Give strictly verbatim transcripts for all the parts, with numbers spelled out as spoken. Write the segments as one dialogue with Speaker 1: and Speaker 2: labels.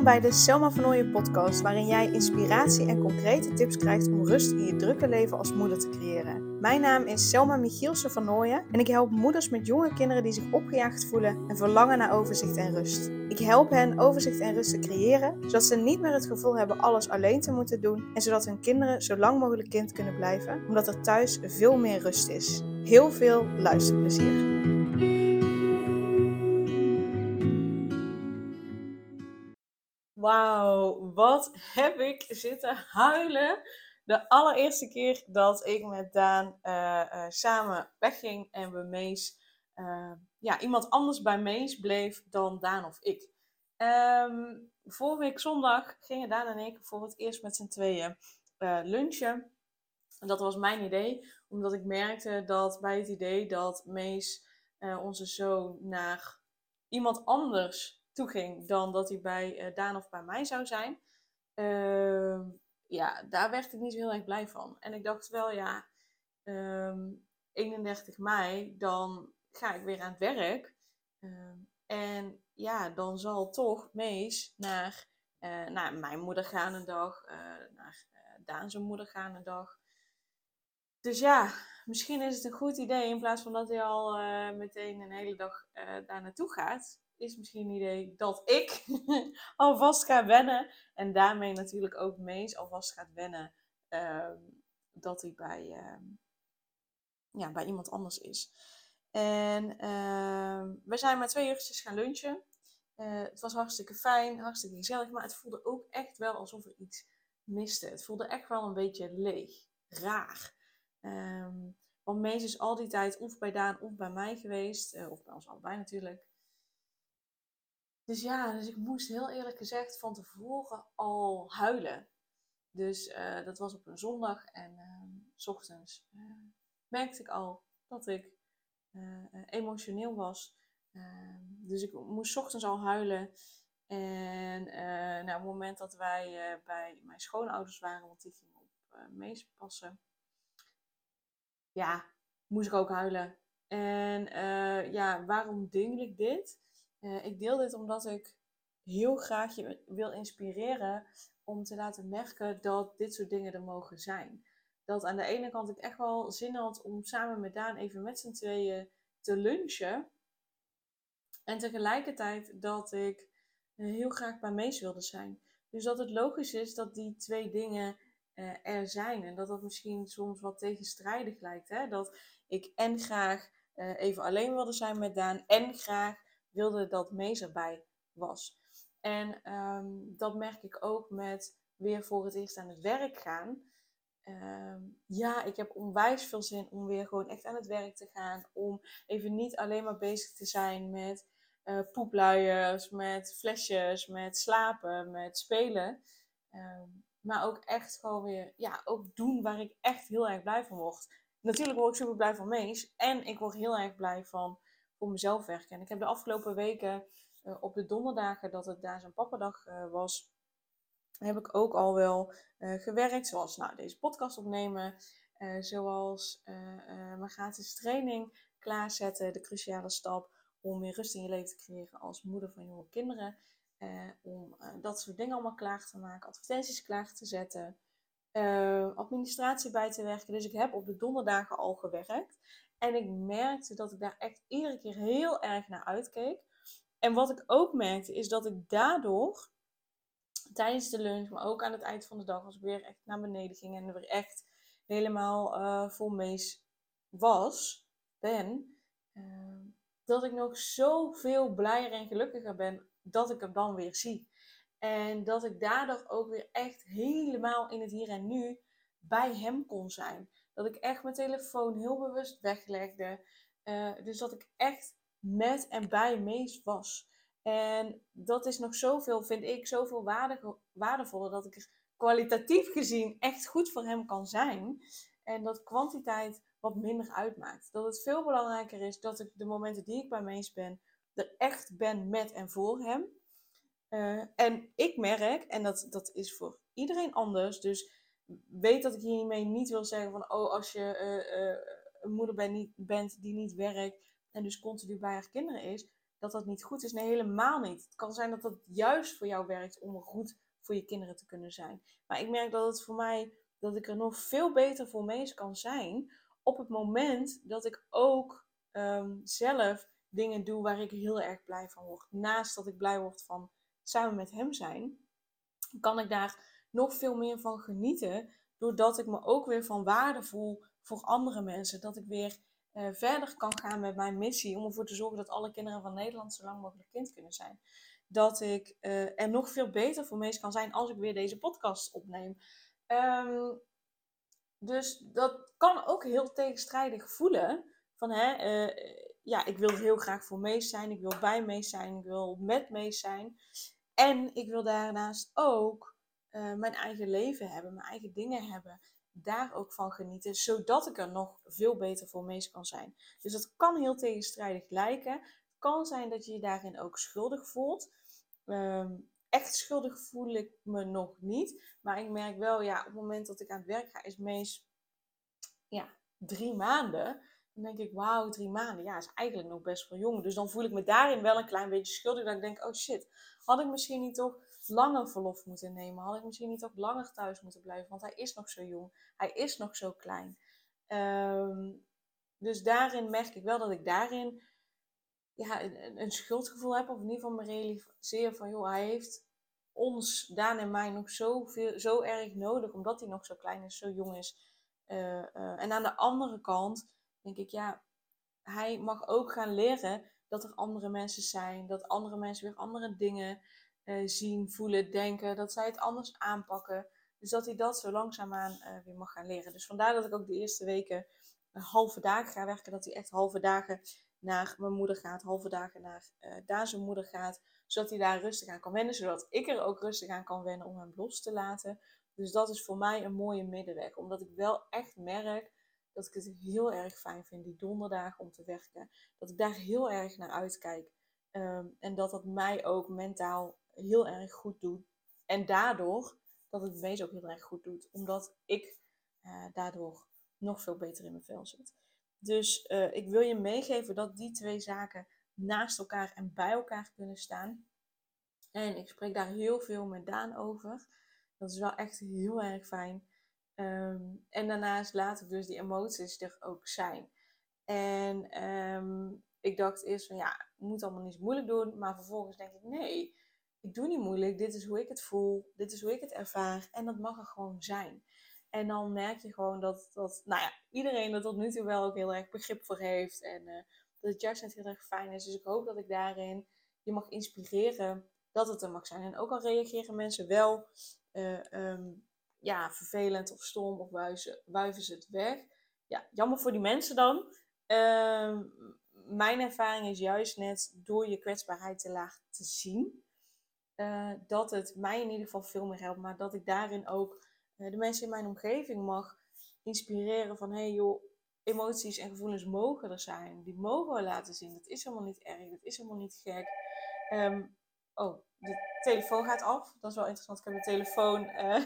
Speaker 1: bij de Selma van Nooijen podcast, waarin jij inspiratie en concrete tips krijgt om rust in je drukke leven als moeder te creëren. Mijn naam is Selma Michielsen van Nooijen en ik help moeders met jonge kinderen die zich opgejaagd voelen en verlangen naar overzicht en rust. Ik help hen overzicht en rust te creëren, zodat ze niet meer het gevoel hebben alles alleen te moeten doen en zodat hun kinderen zo lang mogelijk kind kunnen blijven, omdat er thuis veel meer rust is. Heel veel luisterplezier. Wauw, wat heb ik zitten huilen de allereerste keer dat ik met Daan uh, uh, samen wegging en we Mees, uh, ja, iemand anders bij Mees bleef dan Daan of ik. Um, vorige week zondag gingen Daan en ik voor het eerst met z'n tweeën uh, lunchen. En dat was mijn idee, omdat ik merkte dat bij het idee dat Mees, uh, onze zoon, naar iemand anders toe ging dan dat hij bij uh, Daan of bij mij zou zijn. Uh, ja, daar werd ik niet zo heel erg blij van. En ik dacht wel, ja, um, eenendertig mei, dan ga ik weer aan het werk. Uh, en ja, dan zal toch Mees naar, uh, naar mijn moeder gaan een dag, uh, naar uh, Daan zijn moeder gaan een dag. Dus ja, misschien is het een goed idee, in plaats van dat hij al uh, meteen een hele dag uh, daar naartoe gaat, is misschien een idee dat ik alvast ga wennen. En daarmee natuurlijk ook Mees alvast gaat wennen uh, dat hij bij, uh, ja, bij iemand anders is. En uh, we zijn maar twee uurtjes gaan lunchen. Uh, het was hartstikke fijn, hartstikke gezellig, maar het voelde ook echt wel alsof er iets miste. Het voelde echt wel een beetje leeg, raar. Um, want Mees is al die tijd of bij Daan of bij mij geweest. Uh, of bij ons allebei natuurlijk. Dus ja, dus ik moest heel eerlijk gezegd van tevoren al huilen. Dus uh, dat was op een zondag. En uh, 's ochtends uh, merkte ik al dat ik uh, uh, emotioneel was. Uh, dus ik moest 's ochtends al huilen. En uh, nou, op het moment dat wij uh, bij mijn schoonouders waren, want die gingen op uh, Mees passen. Ja, moest ik ook huilen. En uh, ja, waarom deel ik dit? Uh, ik deel dit omdat ik heel graag je wil inspireren om te laten merken dat dit soort dingen er mogen zijn. Dat aan de ene kant ik echt wel zin had om samen met Daan even met z'n tweeën te lunchen. En tegelijkertijd dat ik heel graag bij Mees wilde zijn. Dus dat het logisch is dat die twee dingen uh, er zijn. En dat dat misschien soms wat tegenstrijdig lijkt. Hè? Dat ik en graag uh, even alleen wilde zijn met Daan. En graag wilde dat Mees erbij was. En um, dat merk ik ook met weer voor het eerst aan het werk gaan. Um, ja, ik heb onwijs veel zin om weer gewoon echt aan het werk te gaan. Om even niet alleen maar bezig te zijn met uh, poepluiers, met flesjes, met slapen, met spelen. Um, maar ook echt gewoon weer, ja, ook doen waar ik echt heel erg blij van word. Natuurlijk word ik super blij van Mees. En ik word heel erg blij van voor mezelf werken. En ik heb de afgelopen weken uh, op de donderdagen dat het daar zijn pappadag uh, was, heb ik ook al wel uh, gewerkt. Zoals nou, deze podcast opnemen. Uh, zoals uh, uh, mijn gratis training klaarzetten. De cruciale stap om meer rust in je leven te creëren als moeder van jonge kinderen. Uh, om uh, dat soort dingen allemaal klaar te maken. Advertenties klaar te zetten. Uh, administratie bij te werken. Dus ik heb op de donderdagen al gewerkt. En ik merkte dat ik daar echt iedere keer heel erg naar uitkeek. En wat ik ook merkte is dat ik daardoor tijdens de lunch, maar ook aan het eind van de dag, als ik weer echt naar beneden ging en er weer echt helemaal uh, vol Mees was, ben, uh, dat ik nog zoveel blijer en gelukkiger ben dat ik hem dan weer zie. En dat ik daardoor ook weer echt helemaal in het hier en nu bij hem kon zijn. Dat ik echt mijn telefoon heel bewust weglegde. Uh, dus dat ik echt met en bij Mees was. En dat is nog zoveel, vind ik, zoveel waarde, waardevoller dat ik er kwalitatief gezien echt goed voor hem kan zijn. En dat kwantiteit wat minder uitmaakt. Dat het veel belangrijker is dat ik de momenten die ik bij Mees ben, er echt ben met en voor hem. Uh, en ik merk, en dat, dat is voor iedereen anders, dus weet dat ik hiermee niet wil zeggen van, oh, als je uh, uh, een moeder ben, niet, bent die niet werkt en dus continu bij haar kinderen is, dat dat niet goed is. Nee, helemaal niet. Het kan zijn dat dat juist voor jou werkt om er goed voor je kinderen te kunnen zijn. Maar ik merk dat het voor mij, dat ik er nog veel beter voor mee kan zijn op het moment dat ik ook um, zelf dingen doe waar ik heel erg blij van word. Naast dat ik blij word van samen met hem zijn, kan ik daar nog veel meer van genieten. Doordat ik me ook weer van waarde voel voor andere mensen. Dat ik weer uh, verder kan gaan met mijn missie. Om ervoor te zorgen dat alle kinderen van Nederland zo lang mogelijk kind kunnen zijn. Dat ik uh, er nog veel beter voor mee kan zijn als ik weer deze podcast opneem. Um, dus dat kan ook heel tegenstrijdig voelen. Van hè, uh, ja, ik wil er heel graag voor Mees zijn. Ik wil bij Mees zijn. Ik wil met Mees zijn. En ik wil daarnaast ook uh, mijn eigen leven hebben. Mijn eigen dingen hebben. Daar ook van genieten. Zodat ik er nog veel beter voor Mees kan zijn. Dus dat kan heel tegenstrijdig lijken. Het kan zijn dat je je daarin ook schuldig voelt. Um, echt schuldig voel ik me nog niet. Maar ik merk wel, ja, op het moment dat ik aan het werk ga, is Mees ja, drie maanden. Dan denk ik, wauw, drie maanden. Ja, is eigenlijk nog best wel jong. Dus dan voel ik me daarin wel een klein beetje schuldig. Dat ik denk, oh shit, had ik misschien niet toch langer verlof moeten nemen? Had ik misschien niet ook langer thuis moeten blijven? Want hij is nog zo jong. Hij is nog zo klein. Um, dus daarin merk ik wel dat ik daarin ja, een, een schuldgevoel heb. Of in ieder geval me realiseer van, joh, hij heeft ons, Daan en mij, nog zo, veel, zo erg nodig. Omdat hij nog zo klein is, zo jong is. Uh, uh, en aan de andere kant denk ik, ja, hij mag ook gaan leren dat er andere mensen zijn. Dat andere mensen weer andere dingen uh, zien, voelen, denken. Dat zij het anders aanpakken. Dus dat hij dat zo langzaamaan uh, weer mag gaan leren. Dus vandaar dat ik ook de eerste weken uh, halve dagen ga werken. Dat hij echt halve dagen naar mijn moeder gaat. Halve dagen naar uh, daar zijn moeder gaat. Zodat hij daar rustig aan kan wennen. Zodat ik er ook rustig aan kan wennen om hem los te laten. Dus dat is voor mij een mooie middenweg. Omdat ik wel echt merk dat ik het heel erg fijn vind, die donderdagen om te werken. Dat ik daar heel erg naar uitkijk. Um, en dat dat mij ook mentaal heel erg goed doet. En daardoor dat het Mees ook heel erg goed doet. Omdat ik uh, daardoor nog veel beter in mijn vel zit. Dus uh, ik wil je meegeven dat die twee zaken naast elkaar en bij elkaar kunnen staan. En ik spreek daar heel veel met Daan over. Dat is wel echt heel erg fijn. Um, en daarnaast laat ik dus die emoties er ook zijn. En um, ik dacht eerst van ja, ik moet allemaal niet zo moeilijk doen. Maar vervolgens denk ik nee, ik doe niet moeilijk. Dit is hoe ik het voel. Dit is hoe ik het ervaar. En dat mag er gewoon zijn. En dan merk je gewoon dat, dat nou ja, iedereen er tot nu toe wel ook heel erg begrip voor heeft. En uh, dat het juist net heel erg fijn is. Dus ik hoop dat ik daarin je mag inspireren dat het er mag zijn. En ook al reageren mensen wel uh, um, ja, vervelend of stom of wuiven, wuiven ze het weg. Ja, jammer voor die mensen dan. Uh, mijn ervaring is juist net door je kwetsbaarheid te laten zien. Uh, dat het mij in ieder geval veel meer helpt. Maar dat ik daarin ook uh, de mensen in mijn omgeving mag inspireren van... Hé hey joh, emoties en gevoelens mogen er zijn. Die mogen we laten zien. Dat is helemaal niet erg. Dat is helemaal niet gek. Um, oh, de telefoon gaat af. Dat is wel interessant. Ik heb de telefoon... Uh,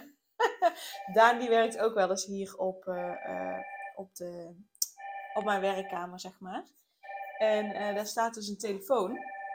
Speaker 1: Daan die werkt ook wel eens hier op, uh, uh, op, de, op mijn werkkamer, zeg maar. En uh, daar staat dus een telefoon.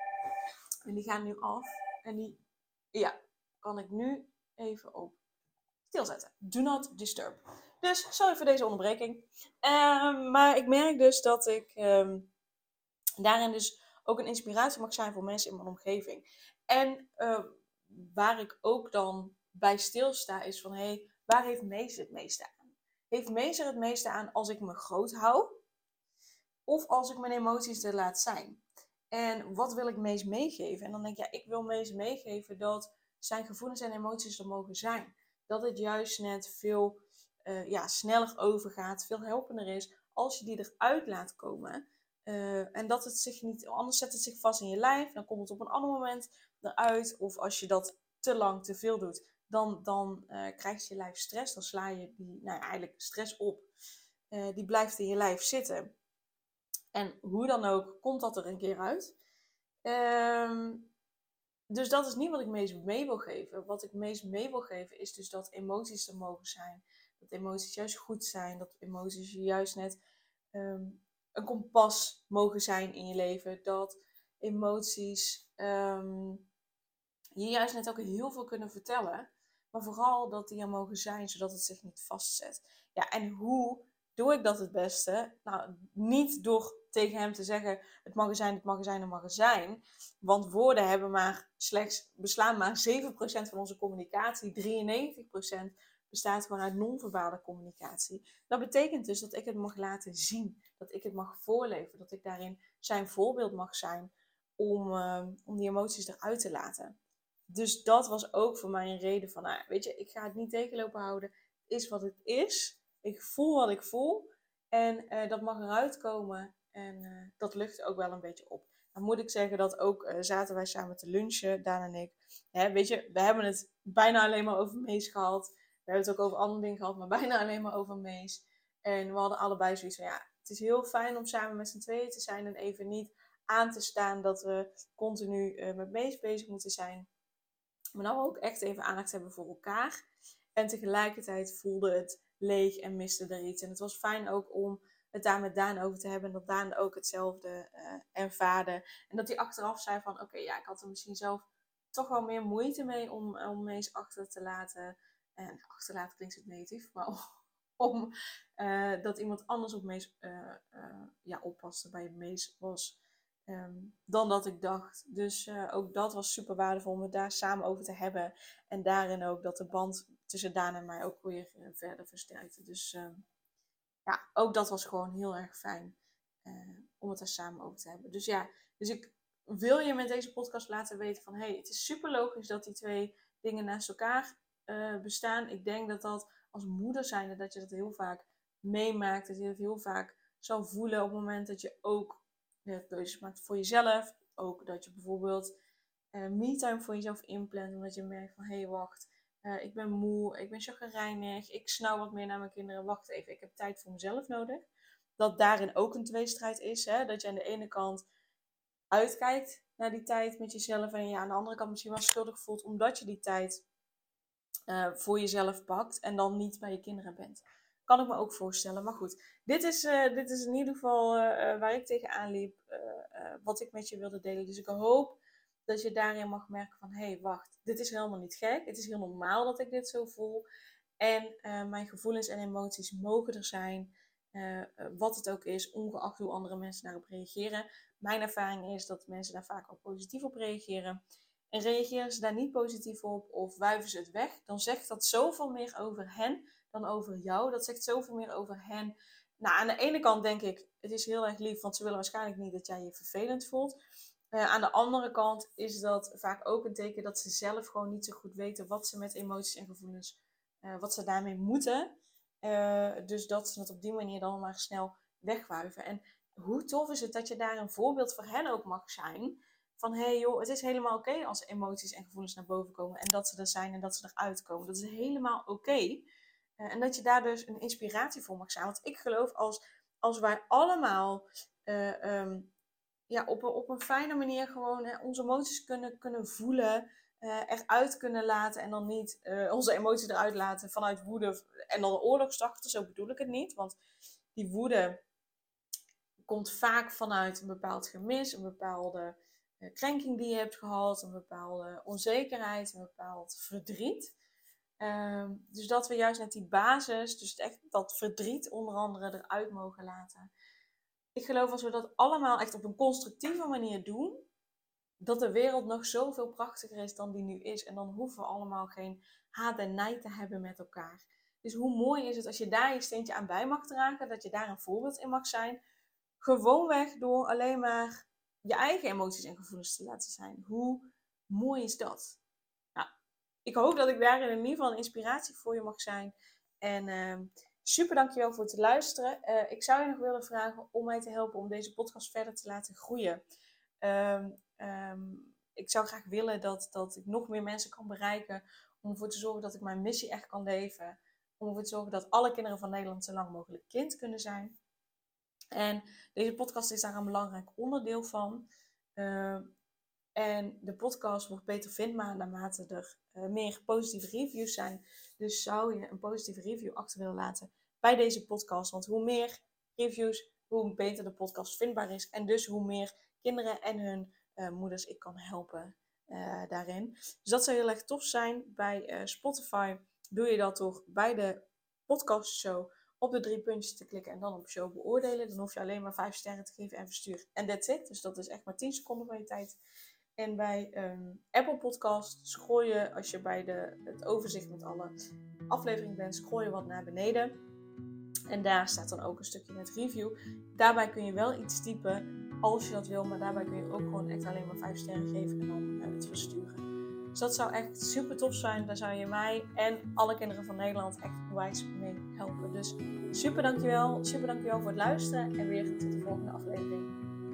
Speaker 1: En die gaat nu af. En die, ja, kan ik nu even op stilzetten. Do not disturb. Dus, sorry voor deze onderbreking. Uh, maar ik merk dus dat ik um, daarin dus ook een inspiratie mag zijn voor mensen in mijn omgeving. En uh, waar ik ook dan bij stilsta is van... Hé, hey, waar heeft Mees het meeste aan? Heeft Mees er het meeste aan als ik me groot hou? Of als ik mijn emoties er laat zijn? En wat wil ik Mees meegeven? En dan denk ik, ja, ik wil Mees meegeven dat zijn gevoelens en emoties er mogen zijn. Dat het juist net veel uh, ja, sneller overgaat, veel helpender is als je die eruit laat komen. Uh, en dat het zich niet, anders zet het zich vast in je lijf. Dan komt het op een ander moment eruit. Of als je dat te lang, te veel doet, dan, dan uh, krijgt je lijf stress. Dan sla je die, nou ja, eigenlijk stress op. Uh, die blijft in je lijf zitten. En hoe dan ook, komt dat er een keer uit. Um, dus dat is niet wat ik meest mee wil geven. Wat ik meest mee wil geven is dus dat emoties er mogen zijn. Dat emoties juist goed zijn. Dat emoties juist net um, een kompas mogen zijn in je leven. Dat emoties um, je juist net ook heel veel kunnen vertellen. Maar vooral dat die er mogen zijn, zodat het zich niet vastzet. Ja, en hoe doe ik dat het beste? Nou, niet door tegen hem te zeggen, het mag er zijn, het mag er zijn, het mag er zijn. Want woorden hebben maar slechts, beslaan maar zeven procent van onze communicatie. drieënnegentig procent bestaat gewoon uit non-verbale communicatie. Dat betekent dus dat ik het mag laten zien. Dat ik het mag voorleven. Dat ik daarin zijn voorbeeld mag zijn om, uh, om die emoties eruit te laten. Dus dat was ook voor mij een reden van, nou, weet je, ik ga het niet tegenlopen houden. Het is wat het is. Ik voel wat ik voel. En uh, dat mag eruit komen. En uh, dat lucht ook wel een beetje op. Dan moet ik zeggen dat ook uh, zaten wij samen te lunchen, Daan en ik. Hè, weet je, we hebben het bijna alleen maar over Mees gehad. We hebben het ook over andere dingen gehad, maar bijna alleen maar over Mees. En we hadden allebei zoiets van, ja, het is heel fijn om samen met z'n tweeën te zijn. En even niet aan te staan dat we continu uh, met Mees bezig moeten zijn. Maar nou ook echt even aandacht hebben voor elkaar. En tegelijkertijd voelde het leeg en miste er iets. En het was fijn ook om het daar met Daan over te hebben. En dat Daan ook hetzelfde uh, ervaarde. En dat hij achteraf zei van, oké, okay, ja, ik had er misschien zelf toch wel meer moeite mee om, om Mees achter te laten. En achterlaten klinkt het negatief, maar om, om uh, dat iemand anders op Mees uh, uh, ja, oppaste bij Mees was. Um, dan dat ik dacht. Dus uh, ook dat was super waardevol om het daar samen over te hebben. En daarin ook dat de band tussen Daan en mij ook weer uh, verder versterkte. Dus uh, ja, ook dat was gewoon heel erg fijn uh, om het daar samen over te hebben. Dus ja, dus ik wil je met deze podcast laten weten van, hey, het is super logisch dat die twee dingen naast elkaar uh, bestaan. Ik denk dat dat als moeder zijnde, dat je dat heel vaak meemaakt. Dat je dat heel vaak zal voelen op het moment dat je ook de keuzes maakt voor jezelf. Ook dat je bijvoorbeeld uh, me-time voor jezelf inplant. Omdat je merkt van, hé, hey, wacht. Uh, ik ben moe. Ik ben chagrijnig. Ik snauw wat meer naar mijn kinderen. Wacht even, ik heb tijd voor mezelf nodig. Dat daarin ook een tweestrijd is. Hè? Dat je aan de ene kant uitkijkt naar die tijd met jezelf. En je aan de andere kant misschien wel schuldig voelt. Omdat je die tijd uh, voor jezelf pakt. En dan niet bij je kinderen bent. Kan ik me ook voorstellen. Maar goed, dit is, uh, dit is in ieder geval uh, waar ik tegenaan liep. Uh, uh, wat ik met je wilde delen. Dus ik hoop dat je daarin mag merken van... Hé, hey, wacht. Dit is helemaal niet gek. Het is heel normaal dat ik dit zo voel. En uh, mijn gevoelens en emoties mogen er zijn. Uh, uh, wat het ook is. Ongeacht hoe andere mensen daarop reageren. Mijn ervaring is dat mensen daar vaak wel positief op reageren. En reageren ze daar niet positief op of wuiven ze het weg. Dan zegt dat zoveel meer over hen... dan over jou. Dat zegt zoveel meer over hen. Nou, aan de ene kant denk ik, het is heel erg lief, want ze willen waarschijnlijk niet dat jij je vervelend voelt. Uh, aan de andere kant is dat vaak ook een teken dat ze zelf gewoon niet zo goed weten wat ze met emoties en gevoelens, uh, wat ze daarmee moeten. Uh, dus dat ze het op die manier dan maar snel wegwuiven. En hoe tof is het dat je daar een voorbeeld voor hen ook mag zijn. Van, hé hey joh, het is helemaal oké okay als emoties en gevoelens naar boven komen. En dat ze er zijn en dat ze eruit komen. Dat is helemaal oké. Okay. Uh, en dat je daar dus een inspiratie voor mag zijn. Want ik geloof als, als wij allemaal uh, um, ja, op, een, op een fijne manier gewoon hè, onze emoties kunnen, kunnen voelen. Uh, eruit kunnen laten. En dan niet uh, onze emoties eruit laten vanuit woede. En dan oorlogstachten. Zo bedoel ik het niet. Want die woede komt vaak vanuit een bepaald gemis. Een bepaalde uh, krenking die je hebt gehad. Een bepaalde onzekerheid. Een bepaald verdriet. Um, dus dat we juist net die basis, dus echt dat verdriet onder andere eruit mogen laten. Ik geloof als we dat allemaal echt op een constructieve manier doen, dat de wereld nog zoveel prachtiger is dan die nu is. En dan hoeven we allemaal geen haat en nijd te hebben met elkaar. Dus hoe mooi is het als je daar je steentje aan bij mag dragen, dat je daar een voorbeeld in mag zijn. Gewoonweg door alleen maar je eigen emoties en gevoelens te laten zijn. Hoe mooi is dat? Ik hoop dat ik daarin in ieder geval een inspiratie voor je mag zijn. En uh, super dankjewel voor het luisteren. Uh, ik zou je nog willen vragen om mij te helpen om deze podcast verder te laten groeien. Um, um, ik zou graag willen dat, dat ik nog meer mensen kan bereiken. Om ervoor te zorgen dat ik mijn missie echt kan leven. Om ervoor te zorgen dat alle kinderen van Nederland zo lang mogelijk kind kunnen zijn. En deze podcast is daar een belangrijk onderdeel van. Uh, En de podcast wordt beter vindbaar naarmate er uh, meer positieve reviews zijn. Dus zou je een positieve review achter willen laten bij deze podcast. Want hoe meer reviews, hoe beter de podcast vindbaar is. En dus hoe meer kinderen en hun uh, moeders ik kan helpen uh, daarin. Dus dat zou heel erg tof zijn. Bij uh, Spotify doe je dat door bij de podcastshow op de drie puntjes te klikken en dan op show beoordelen. Dan hoef je alleen maar vijf sterren te geven en versturen. En that's it. Dus dat is echt maar tien seconden van je tijd. En bij um, Apple Podcast scroll je, als je bij de, het overzicht met alle afleveringen bent, scroll je wat naar beneden. En daar staat dan ook een stukje met review. Daarbij kun je wel iets typen als je dat wil. Maar daarbij kun je ook gewoon echt alleen maar vijf sterren geven en dan uh, het versturen. Dus dat zou echt super tof zijn. Daar zou je mij en alle kinderen van Nederland echt onwijs mee helpen. Dus super dankjewel. Super dankjewel voor het luisteren. En weer tot de volgende aflevering.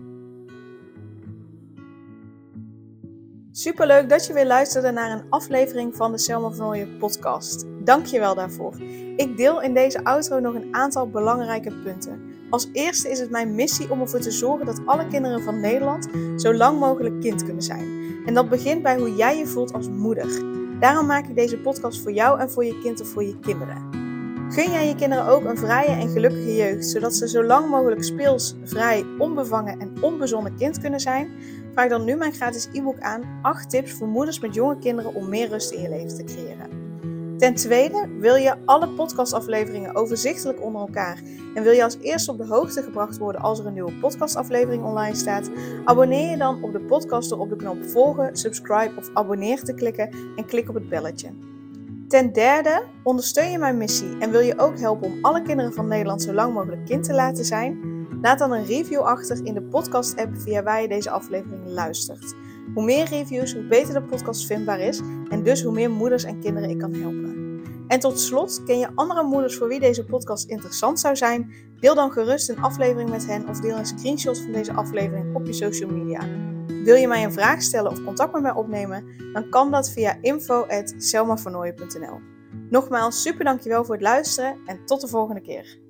Speaker 1: Super leuk dat je weer luisterde naar een aflevering van de Selma van Nooijen podcast. Dank je wel daarvoor. Ik deel in deze outro nog een aantal belangrijke punten. Als eerste is het mijn missie om ervoor te zorgen dat alle kinderen van Nederland zo lang mogelijk kind kunnen zijn. En dat begint bij hoe jij je voelt als moeder. Daarom maak ik deze podcast voor jou en voor je kind of voor je kinderen. Gun jij je kinderen ook een vrije en gelukkige jeugd, zodat ze zo lang mogelijk speels, vrij, onbevangen en onbezonnen kind kunnen zijn? Vraag dan nu mijn gratis e-book aan, acht tips voor moeders met jonge kinderen om meer rust in je leven te creëren. Ten tweede, wil je alle podcastafleveringen overzichtelijk onder elkaar en wil je als eerste op de hoogte gebracht worden als er een nieuwe podcastaflevering online staat? Abonneer je dan op de podcast door op de knop volgen, subscribe of abonneer te klikken en klik op het belletje. Ten derde, ondersteun je mijn missie en wil je ook helpen om alle kinderen van Nederland zo lang mogelijk kind te laten zijn? Laat dan een review achter in de podcast-app via waar je deze aflevering luistert. Hoe meer reviews, hoe beter de podcast vindbaar is en dus hoe meer moeders en kinderen ik kan helpen. En tot slot, ken je andere moeders voor wie deze podcast interessant zou zijn? Deel dan gerust een aflevering met hen of deel een screenshot van deze aflevering op je social media. Wil je mij een vraag stellen of contact met mij opnemen? Dan kan dat via info at selma van nooijen punt n l. Nogmaals, super dankjewel voor het luisteren en tot de volgende keer.